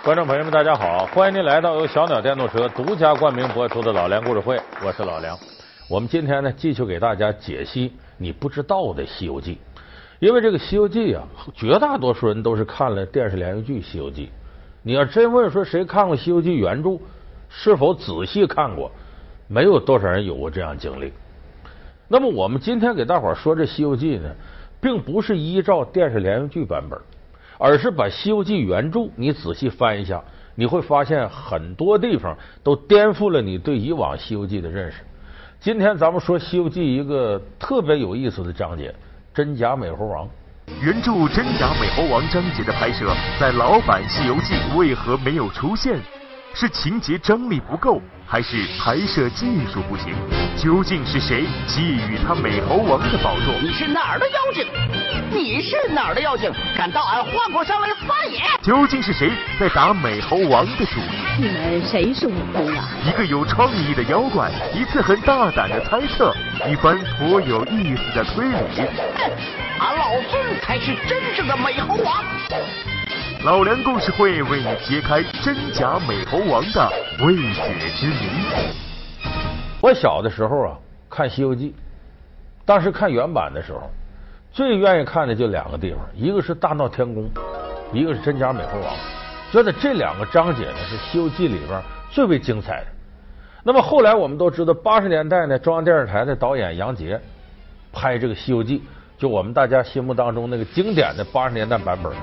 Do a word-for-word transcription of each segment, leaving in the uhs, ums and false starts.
观众朋友们，大家好！欢迎您来到由小鸟电动车独家冠名播出的老梁故事会，我是老梁。我们今天呢，继续给大家解析你不知道的《西游记》，因为这个《西游记》啊，绝大多数人都是看了电视连续剧《西游记》。你要真问说谁看过《西游记》原著，是否仔细看过，没有多少人有过这样经历。那么我们今天给大伙儿说这《西游记》呢，并不是依照电视连续剧版本，而是把《西游记》原著你仔细翻一下，你会发现很多地方都颠覆了你对以往《西游记》的认识。今天咱们说《西游记》一个特别有意思的章节——真假美猴王。 原著《真假美猴王》章节的拍摄，在老版《西游记》为何没有出现？是情节张力不够，还是拍摄技术不行？究竟是谁觊觎他美猴王的宝座？ 你是哪儿的妖精？你是哪儿的妖精？敢到俺花果山来撒野？ 究竟是谁在打美猴王的主意？ 你们谁是悟空啊？ 一个有创意的妖怪，一次很大胆的猜测，一番颇有意思的推理。 俺老孙才是真正的美猴王！ 老梁故事会为你揭开真假美猴王的未解之谜。 我小的时候啊，看《西游记》，当时看原版的时候，最愿意看的就两个地方，一个是大闹天宫，一个是真假美猴王。觉得这两个章节呢是《西游记》里边最为精彩的。那么后来我们都知道，八十年代呢，中央电视台的导演杨洁拍这个《西游记》，就我们大家心目当中那个经典的八十年代版本。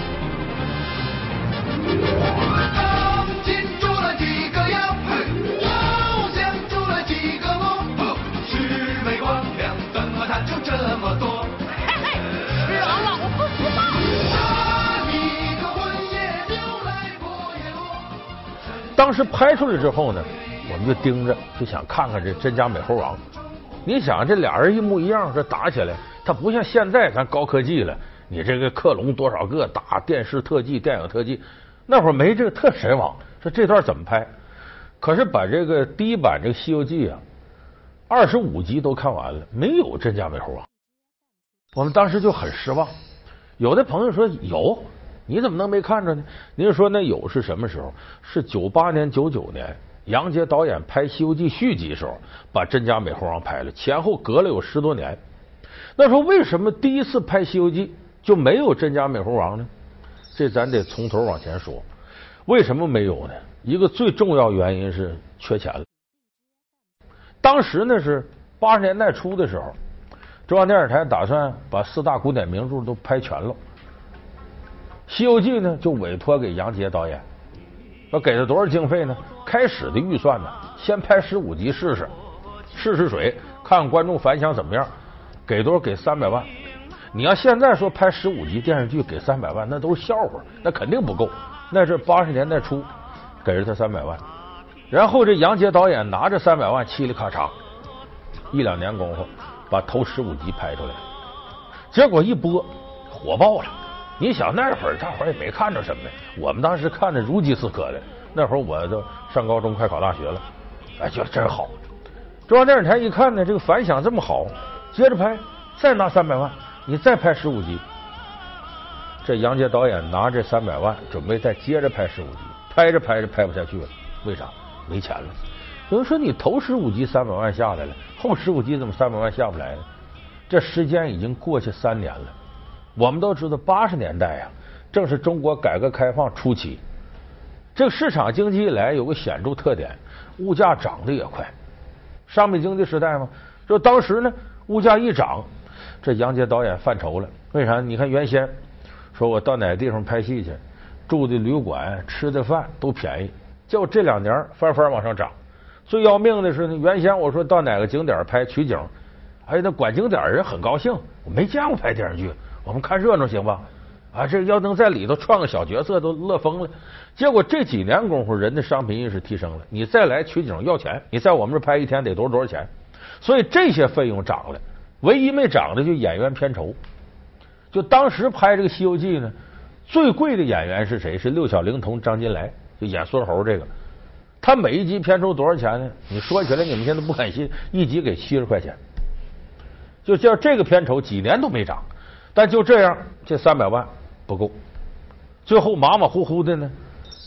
当时拍出来之后呢，我们就盯着，就想看看这真假美猴王。你想，这俩人一模一样，这打起来，他不像现在咱高科技了，你这个克隆多少个打电视特技、电影特技，那会儿没这个特神往，说这段怎么拍？可是把这个第一版这个《西游记》啊，二十五集都看完了，没有真假美猴王。我们当时就很失望。有的朋友说有。你怎么能没看着呢？您说那有是什么时候？是九八年、九九年，杨洁导演拍《西游记》续集的时候，把真假美猴王拍了，前后隔了有十多年。那说为什么第一次拍《西游记》就没有真假美猴王呢？这咱得从头往前说。为什么没有呢？一个最重要原因是缺钱了。当时呢是八十年代初的时候，中央电视台打算把四大古典名著都拍全了。《西游记》呢，就委托给杨洁导演，要给他多少经费呢？开始的预算呢，先拍十五集试试，试试水，看看观众反响怎么样。给多少？给三百万。你要现在说拍十五集电视剧给三百万，那都是笑话，那肯定不够。那是八十年代初，给了他三百万。然后这杨洁导演拿着三百万，嘁里咔嚓，一两年功夫把头十五集拍出来，结果一播火爆了。你想那会儿大伙儿也没看着什么，我们当时看着如饥似渴的。那会儿我都上高中，快考大学了，哎，觉得真好。中央电视台一看呢，这个反响这么好，接着拍，再拿三百万，你再拍十五集。这杨洁导演拿这三百万，准备再接着拍十五集，拍着拍着拍不下去了，为啥？没钱了。有人说你头十五集三百万下来了，后十五集怎么三百万下不来呢？这时间已经过去三年了。我们都知道，八十年代啊，正是中国改革开放初期。这个市场经济以来有个显著特点，物价涨得也快。商品经济时代嘛，就当时呢，物价一涨，这杨洁导演犯愁了。为啥？你看原先说我到哪个地方拍戏去，住的旅馆、吃的饭都便宜，就这两年翻番往上涨。最要命的是呢，原先我说到哪个景点拍取景，哎，那管景点人很高兴，我没见过拍电视剧。我们看热闹行吧？啊，这要能在里头串个小角色都乐疯了。结果这几年功夫，人的商品意识提升了，你再来取景要钱，你在我们这拍一天得多少多少钱，所以这些费用涨了。唯一没涨的就演员片酬。就当时拍这个《西游记》呢，最贵的演员是谁？是六小龄童张金来，就演孙猴这个。他每一集片酬多少钱呢？你说起来你们现在不敢信，一集给七十块钱。就叫这个片酬几年都没涨。但就这样，这三百万不够，最后马马虎虎的呢，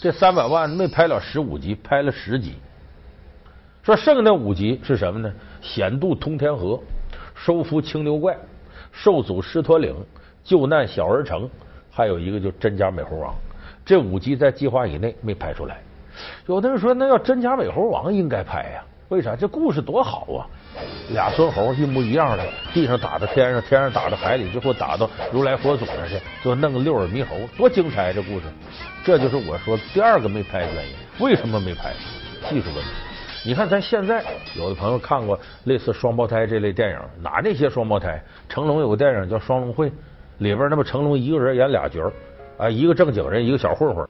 这三百万没拍了十五集，拍了十集。说剩那五集是什么呢？险渡通天河，收服青牛怪，受阻狮驼岭，救难小儿城，还有一个就真假美猴王。这五集在计划以内没拍出来。有的人说，那要真假美猴王应该拍呀？为啥？这故事多好啊！俩孙猴一模一样的，地上打到天上，天上打到海里，最后打到如来佛祖那去，就弄个六耳猕猴，多精彩！这故事，这就是我说第二个没拍的原因。为什么没拍？技术问题。你看，咱现在有的朋友看过类似双胞胎这类电影，哪那些双胞胎？成龙有个电影叫《双龙会》，里边那么成龙一个人演俩角啊，一个正经人，一个小混混。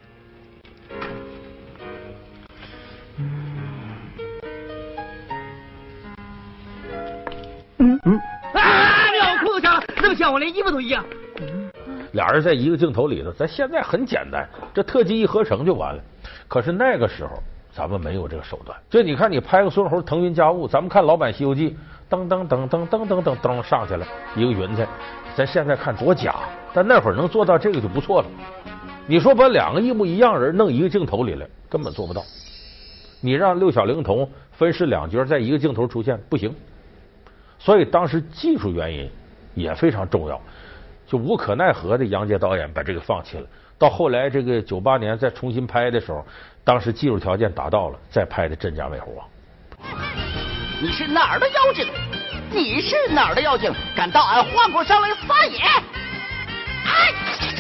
嗯嗯啊！尿裤子上了，那么像我连衣服都一样。 俩人在一个镜头里头，咱现在很简单，这特技一合成就完了。可是那个时候咱们没有这个手段。就你看，你拍个孙猴腾云驾雾，咱们看老版《西游记》，噔噔噔噔噔噔噔噔上去了一个云彩，咱现在看多假，但那会儿能做到这个就不错了。你说把两个一模一样人弄一个镜头里来，根本做不到。你让六小龄童分饰两角在一个镜头出现，不行。所以当时技术原因也非常重要，就无可奈何的杨洁导演把这个放弃了。到后来这个九八年再重新拍的时候，当时技术条件达到了，再拍的真假美猴王。 你是哪儿的妖精？你是哪儿的妖精？敢到俺花果山来撒野？哎！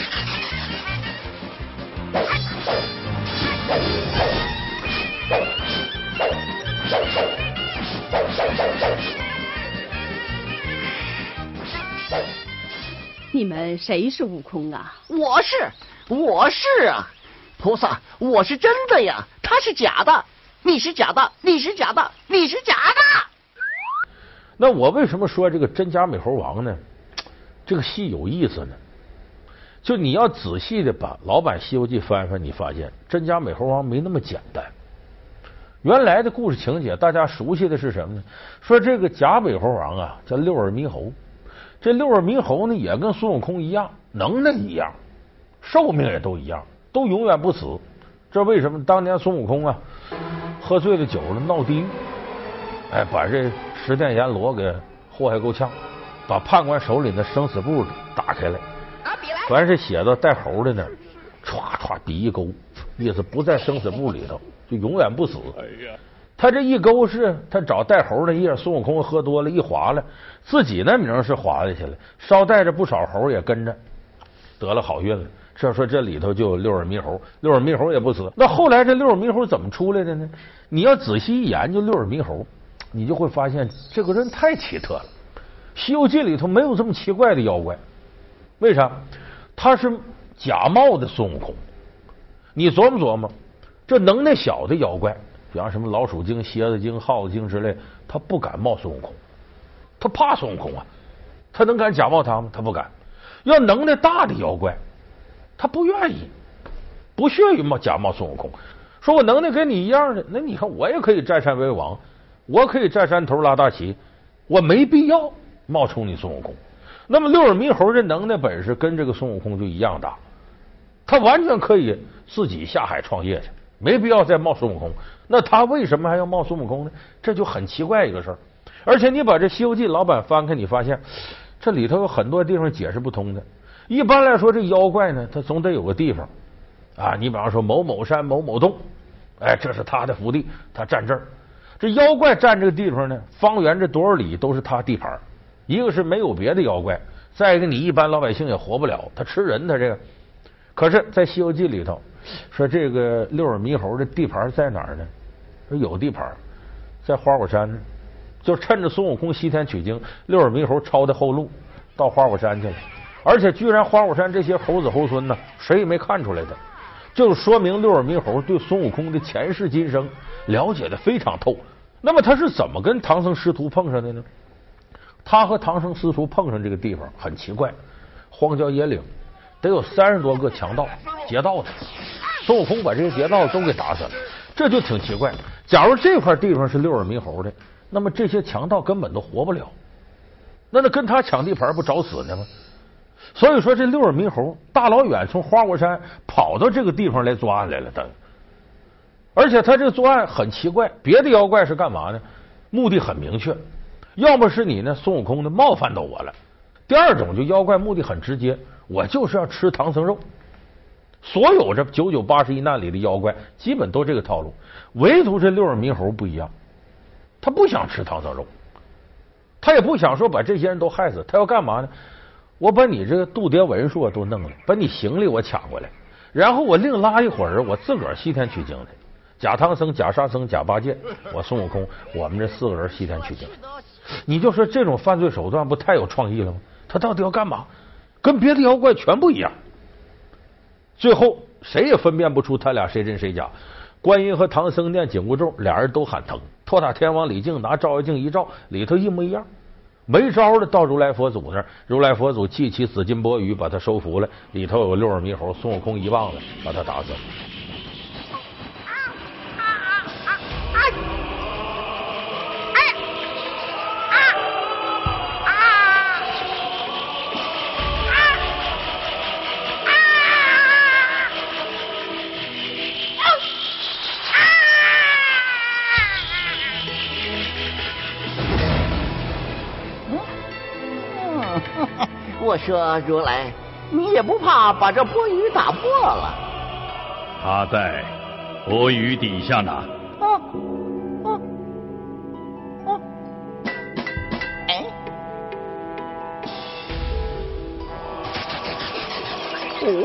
你们谁是悟空啊？ 我是，我是啊，菩萨，我是真的呀，他是假的，你是假的，你是假的，你是假的。 那我为什么说这个真假美猴王呢？这个戏有意思呢。就你要仔细的把老版《西游记》翻翻，你发现真假美猴王没那么简单。原来的故事情节大家熟悉的是什么呢？说这个假美猴王啊叫六耳猕猴，这六耳猕猴呢也跟孙悟空一样，能耐一样，寿命也都一样，都永远不死。这为什么？当年孙悟空啊喝醉了酒了闹地狱，哎，把这十殿阎罗给祸害够呛，把判官手里的生死簿打开来，凡是写到带猴的呢，歘歘笔一勾，意思不在生死簿里头，就永远不死。他这一勾是他找带猴的页，孙悟空喝多了一划了，自己那名是划下去了，捎带着不少猴也跟着得了好运了。这说这里头就有六耳猕猴，六耳猕猴也不死。那后来这六耳猕猴怎么出来的呢？你要仔细一研究六耳猕猴，你就会发现这个人太奇特了。《西游记》里头没有这么奇怪的妖怪，为啥？他是假冒的孙悟空。你琢磨琢磨，这能耐小的妖怪，比方什么老鼠精、蝎子精、耗子精之类，他不敢冒孙悟空，他怕孙悟空啊，他能敢假冒他吗？他不敢。要能耐大的妖怪，他不愿意，不屑于冒假冒孙悟空。说我能耐跟你一样的，那你看我也可以占山为王，我可以占山头拉大旗，我没必要冒充你孙悟空。那么六耳猕猴这能耐本事跟这个孙悟空就一样大，他完全可以自己下海创业去，没必要再冒孙悟空。那他为什么还要冒孙悟空呢？这就很奇怪一个事儿。而且你把这《西游记》老版翻开，你发现这里头有很多地方解释不通的。一般来说，这妖怪呢，他总得有个地方啊。你比方说某某山某某洞，哎，这是他的福地，他站这儿。这妖怪占这个地方呢，方圆这多少里都是他地盘。一个是没有别的妖怪，再一个你一般老百姓也活不了，他吃人，他这个。可是，在《西游记》里头说，这个六耳猕猴的地盘在哪儿呢？说有地盘，在花果山呢。就趁着孙悟空西天取经，六耳猕猴抄的后路到花果山去了。而且居然花果山这些猴子猴孙呢，谁也没看出来的，就说明六耳猕猴对孙悟空的前世今生了解的非常透。那么他是怎么跟唐僧师徒碰上的呢？他和唐僧师徒碰上这个地方很奇怪，荒郊野岭，得有三十多个强盗劫道的，孙悟空把这些劫道都给打死了，这就挺奇怪。假如这块地方是六耳猕猴的，那么这些强盗根本都活不了，那那跟他抢地盘不找死呢吗？所以说这六耳猕猴大老远从花果山跑到这个地方来作案来了，他而且他这个作案很奇怪，别的妖怪是干嘛呢？目的很明确，要么是你呢孙悟空呢冒犯到我了，第二种就妖怪目的很直接，我就是要吃唐僧肉。所有这九九八十一难里的妖怪基本都这个套路，唯独这六耳猕猴不一样，他不想吃唐僧肉，他也不想说把这些人都害死，他要干嘛呢？我把你这个度牒文书都弄了，把你行李我抢过来，然后我另拉一伙人，我自个儿西天取经的，假唐僧、假沙僧、假八戒，我孙悟空，我们这四个人西天取经。你就说这种犯罪手段不太有创意了吗？他到底要干嘛？跟别的妖怪全不一样。最后谁也分辨不出他俩谁真谁假。观音和唐僧念紧箍咒，俩人都喊疼。托塔天王李靖拿照妖镜一照，里头一模一样。没招的到如来佛祖那儿，如来佛祖记起紫金钵盂，把他收服了，里头有六耳猕猴，孙悟空一棒子把他打死了。 我说如来，你也不怕把这钵盂打破了？ 他在钵盂底下呢。 啊啊啊！哎，哦，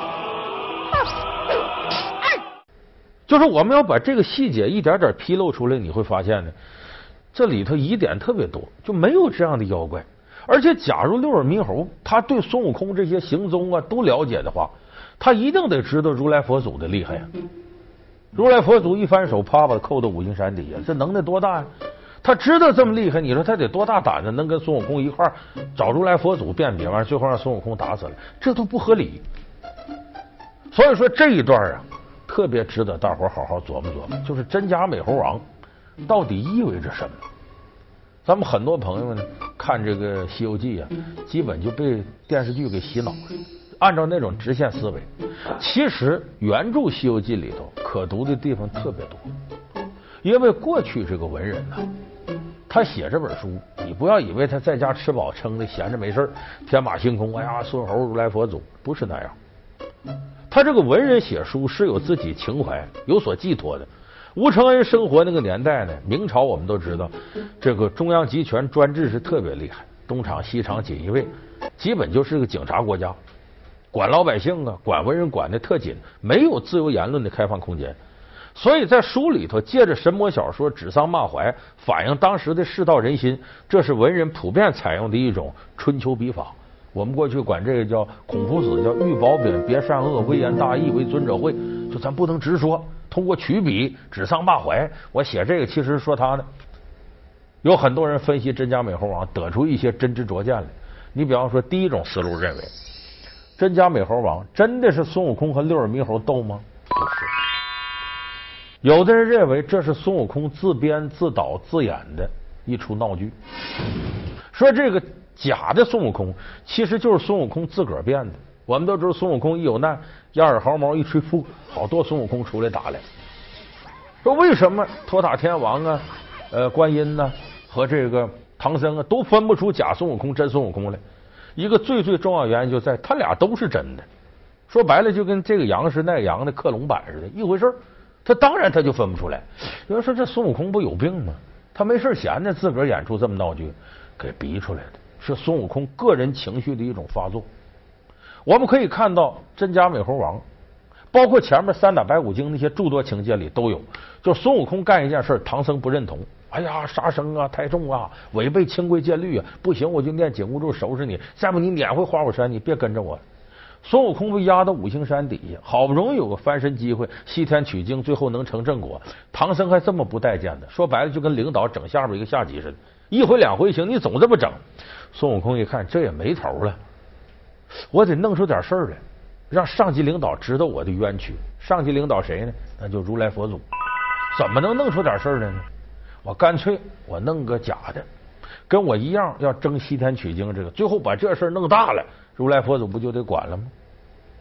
哎，就是我们要把这个细节一点点披露出来，你会发现呢，这里头疑点特别多，就没有这样的妖怪。而且，假如六耳猕猴他对孙悟空这些行踪啊都了解的话，他一定得知道如来佛祖的厉害呀。如来佛祖一翻手，啪把他扣到五行山底下，这能耐多大呀？他知道这么厉害，你说他得多大胆子，能跟孙悟空一块儿找如来佛祖辨别，完最后让孙悟空打死了，这都不合理。所以说这一段啊，特别值得大伙好好琢磨琢磨，就是真假美猴王到底意味着什么？咱们很多朋友们呢看这个《西游记》啊，基本就被电视剧给洗脑了，按照那种直线思维。其实原著《西游记》里头可读的地方特别多，因为过去这个文人呢、啊，他写这本书，你不要以为他在家吃饱撑的闲着没事天马行空，哎呀，孙猴、如来佛祖，不是那样。他这个文人写书是有自己情怀、有所寄托的。吴承恩生活那个年代呢，明朝我们都知道，这个中央集权专制是特别厉害，东厂西厂锦衣卫，基本就是个警察国家，管老百姓啊，管文人管的特紧，没有自由言论的开放空间。所以在书里头借着神魔小说指桑骂槐，反映当时的世道人心，这是文人普遍采用的一种春秋笔法。我们过去管这个叫孔夫子叫欲褒贬，别善恶，微言大义，为尊者讳，就咱不能直说，通过曲笔指桑骂槐。我写这个其实说他呢，有很多人分析真假美猴王，得出一些真知灼见来。你比方说，第一种思路认为，真假美猴王真的是孙悟空和六耳猕猴斗吗？不是。有的人认为这是孙悟空自编自导自演的一出闹剧，说这个假的孙悟空其实就是孙悟空自个儿变的。我们都知道孙悟空一有难，压耳毫毛一吹噗，好多孙悟空出来打来。说为什么托塔天王啊、呃观音呢、啊、和这个唐僧啊都分不出假孙悟空真孙悟空来？一个最最重要原因就在他俩都是真的。说白了就跟这个羊是那个羊的克隆版似的，一回事。他当然他就分不出来。有人说这孙悟空不有病吗？他没事闲的自个儿演出这么闹剧，给逼出来的，是孙悟空个人情绪的一种发作。我们可以看到真假美猴王，包括前面三打白骨精那些诸多情节里都有，就孙悟空干一件事，唐僧不认同，哎呀杀生啊太重啊，违背清规戒律啊，不行我就念紧箍咒收拾你，再不你撵回花果山，你别跟着我。孙悟空被压到五行山底下，好不容易有个翻身机会，西天取经，最后能成正果，唐僧还这么不待见的，说白了就跟领导整下边一个下级似的，一回两回行，你总这么整。孙悟空一看这也没头了，我得弄出点事儿来，让上级领导知道我的冤屈。上级领导谁呢？那就如来佛祖。怎么能弄出点事儿来呢？我干脆我弄个假的，跟我一样要争西天取经，这个最后把这事儿弄大了，如来佛祖不就得管了吗？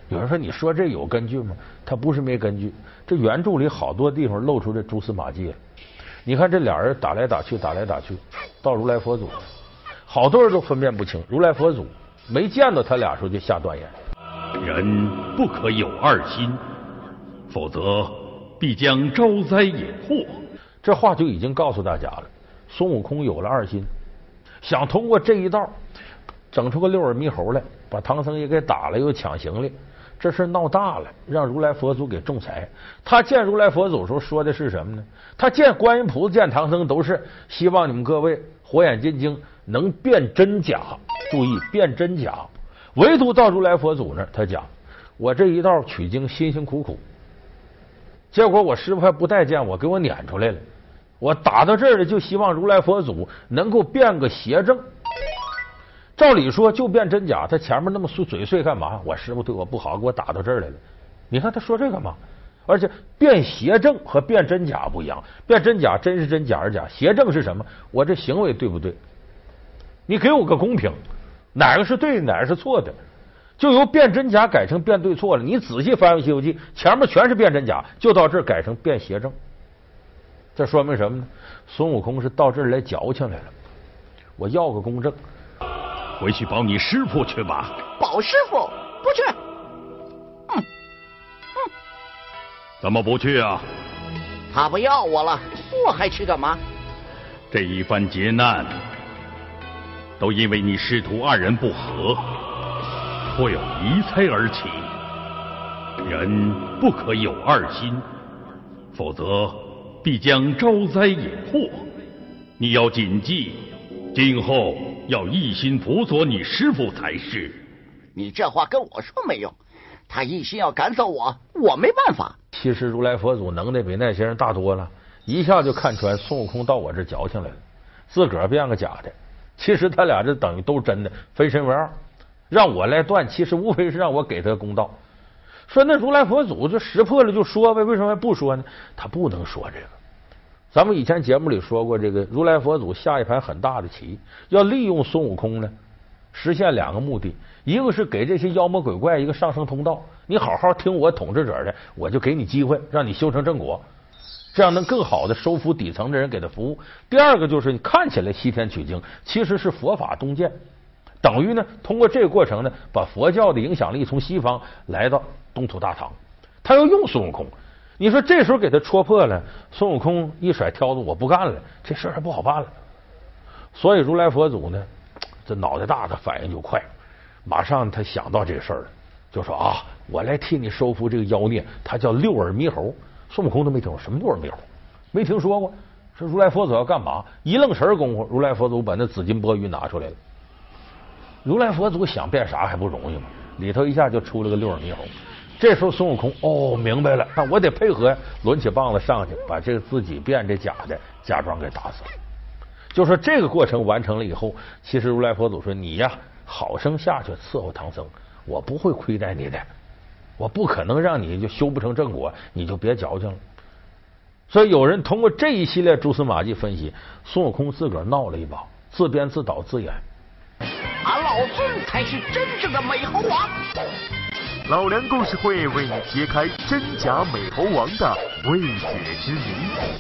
有人说你说这有根据吗？他不是没根据，这原著里好多地方露出这蛛丝马迹了。你看这俩人打来打去，打来打去，到如来佛祖，好多人都分辨不清。如来佛祖没见到他俩时候就下断言： 人不可有二心，否则必将招灾引祸。 这话就已经告诉大家了。孙悟空有了二心，想通过这一道整出个六耳猕猴来，把唐僧也给打了，又抢行李。这事闹大了，让如来佛祖给仲裁。他见如来佛祖的时候说的是什么呢？他见观音菩萨、见唐僧都是希望你们各位火眼金睛能辨真假。注意辨真假，唯独到如来佛祖那儿，他讲我这一道取经辛辛苦苦，结果我师傅还不待见我，给我撵出来了。我打到这儿了，就希望如来佛祖能够辨个邪正。照理说就辨真假，他前面那么碎嘴碎干嘛？我师傅对我不好，给我打到这儿来了。你看他说这干嘛？而且辨邪正和辨真假不一样，辨真假真是真，假是假，邪正是什么？我这行为对不对？你给我个公平，哪个是对的，哪个是错的？就由辨真假改成辨对错了。你仔细翻翻《西游记》，前面全是辨真假，就到这儿改成辨邪正。这说明什么呢？孙悟空是到这儿来矫情来了，我要个公正。 回去保你师傅去吧。 保师傅不去。嗯嗯， 怎么不去啊？ 他不要我了，我还去干嘛？ 这一番劫难，都因为你师徒二人不和，颇有疑猜而起。人不可有二心，否则必将招灾引祸。你要谨记，今后要一心辅佐你师父才是。 你这话跟我说没用，他一心要赶走我，我没办法。 其实如来佛祖能耐比那些人大多了，一下就看出来孙悟空到我这矫情来了，自个儿变个假的。其实他俩这等于都是真的，分身为二，让我来断，其实无非是让我给他公道。说那如来佛祖就识破了就说呗，为什么不说呢？他不能说这个。咱们以前节目里说过，这个如来佛祖下一盘很大的棋，要利用孙悟空呢，实现两个目的，一个是给这些妖魔鬼怪一个上升通道，你好好听我统治者的，我就给你机会，让你修成正果，这样能更好的收服底层的人给他服务。第二个就是你看起来西天取经，其实是佛法东渐，等于呢通过这个过程呢，把佛教的影响力从西方来到东土大唐。他要用孙悟空，你说这时候给他戳破了，孙悟空一甩挑子，我不干了，这事儿还不好办了。所以如来佛祖呢，这脑袋大，他反应就快，马上他想到这个事儿了，就说啊，我来替你收服这个妖孽，他叫六耳猕猴。孙悟空都没听说什么六耳猕猴，没听说过。说如来佛祖要干嘛？一愣神功夫，如来佛祖把那紫金钵盂拿出来了。如来佛祖想变啥还不容易吗？里头一下就出了个六耳猕猴。这时候孙悟空哦明白了，那我得配合，抡起棒子上去，把这个自己变这假的假装给打死了。就说这个过程完成了以后，其实如来佛祖说你呀，好生下去伺候唐僧，我不会亏待你的，我不可能让你就修不成正果，你就别矫情了。所以有人通过这一系列蛛丝马迹分析，孙悟空自个儿闹了一把，自编自导自演。 俺老孙才是真正的美猴王。 老梁故事会为你揭开真假美猴王的未解之谜。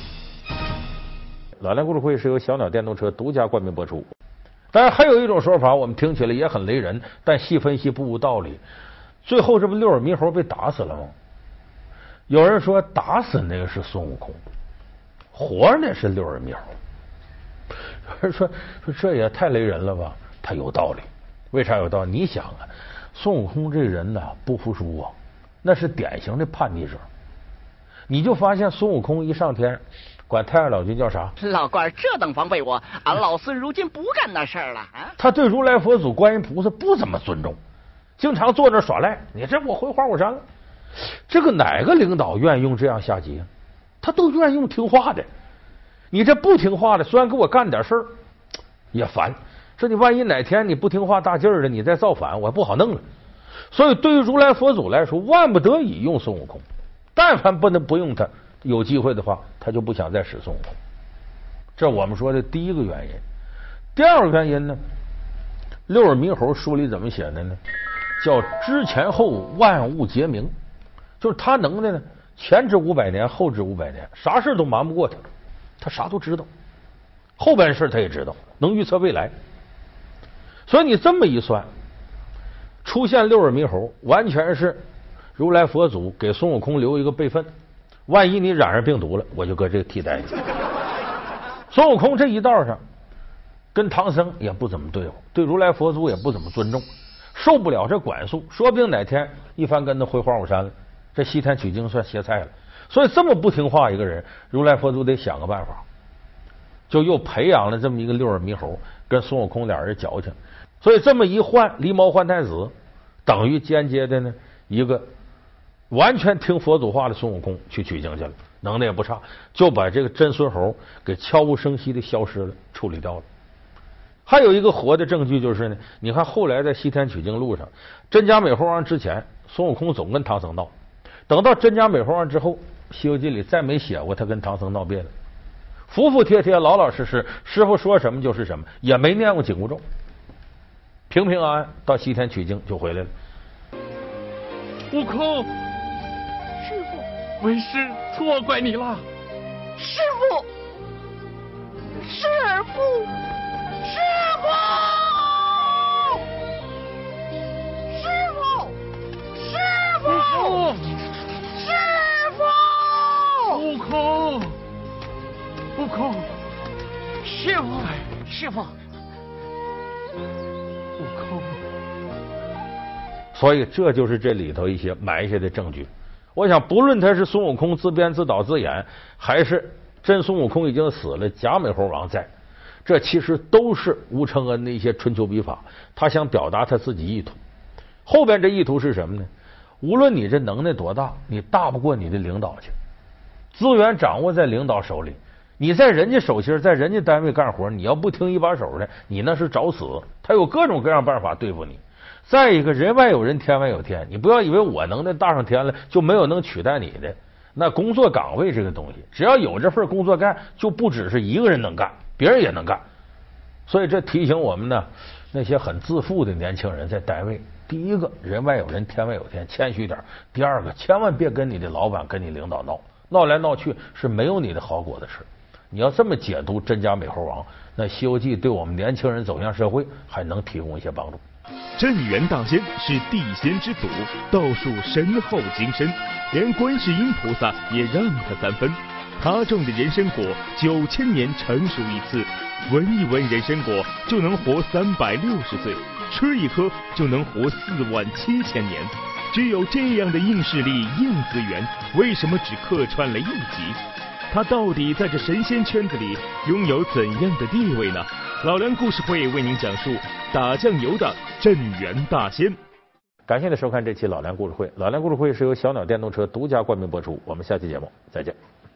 老梁故事会是由小鸟电动车独家冠名播出。当然还有一种说法，我们听起来也很雷人，但细分析不无道理。最后这不六耳猕猴被打死了吗？有人说打死那个是孙悟空，活着那是六耳猕猴。有人说说这也太雷人了吧？他有道理。为啥有道理？你想啊，孙悟空这人呢不服输啊，那是典型的叛逆者。你就发现孙悟空一上天，管太上老君叫啥？ 老官这等防备我，俺老孙如今不干那事儿了啊！ 他对如来佛祖、观音菩萨不怎么尊重，经常坐那耍赖。你这我回花果山了，这个哪个领导愿意用这样下级？他都愿意用听话的。你这不听话的，虽然给我干点事儿也烦。说你万一哪天你不听话大劲儿的，你再造反，我不好弄了。所以对于如来佛祖来说，万不得已用孙悟空。但凡不能不用他，有机会的话，他就不想再使孙悟空。这我们说的第一个原因。第二个原因呢，六耳猕猴书里怎么写的呢？ 叫知前后万物皆明，就是他能耐呢，前知五百年，后知五百年，啥事都瞒不过他，他啥都知道，后边事他也知道，能预测未来。所以你这么一算，出现六耳猕猴，完全是如来佛祖给孙悟空留一个备份，万一你染上病毒了，我就搁这个替代你。孙悟空这一道上跟唐僧也不怎么对付，对如来佛祖也不怎么尊重，受不了这管束，说不定哪天一翻跟头回花果山了，这西天取经算歇菜了。所以这么不听话一个人，如来佛祖得想个办法，就又培养了这么一个六耳猕猴，跟孙悟空俩人矫情。所以这么一换，狸猫换太子，等于间接的呢一个完全听佛祖话的孙悟空去取经去了，能耐也不差，就把这个真孙猴给悄无声息的消失了，处理掉了。还有一个活的证据就是呢，你看后来在西天取经路上，真假美猴王之前，孙悟空总跟唐僧闹，等到真假美猴王之后，《西游记》里再没写过他跟唐僧闹别扭，服服帖帖，老老实实，师傅说什么就是什么，也没念过紧箍咒，平平安安到西天取经就回来了。 悟空，师傅，为师错怪你了。 师傅，师傅，师傅，师傅，师傅，师傅， 悟空，悟空， 师傅，师傅， 悟空。 所以这就是这里头一些埋下的证据。我想，不论他是孙悟空自编自导自演，还是真孙悟空已经死了，假美猴王在，这其实都是吴承恩的一些春秋笔法，他想表达他自己意图。后边这意图是什么呢？无论你这能耐多大，你大不过你的领导去，资源掌握在领导手里，你在人家手心，在人家单位干活，你要不听一把手的，你那是找死，他有各种各样办法对付你。再一个，人外有人，天外有天，你不要以为我能耐大上天了就没有能取代你的。那工作岗位这个东西，只要有这份工作干，就不只是一个人能干，别人也能干。所以这提醒我们呢，那些很自负的年轻人在单位，第一个，人外有人，天外有天，谦虚点；第二个，千万别跟你的老板、跟你领导闹，闹来闹去是没有你的好果子吃。你要这么解读真假美猴王，那《西游记》对我们年轻人走向社会还能提供一些帮助。 镇元大仙是地仙之祖，道术深厚精深，连观世音菩萨也让他三分。他种的人参果九千年成熟一次，闻一闻人参果就能活三百六十岁，吃一颗就能活四万七千年。具有这样的硬实力、硬资源，为什么只客串了一集？他到底在这神仙圈子里拥有怎样的地位呢？老梁故事会为您讲述打酱油的镇元大仙。 感谢您收看这期老梁故事会。老梁故事会是由小鸟电动车独家冠名播出。我们下期节目再见。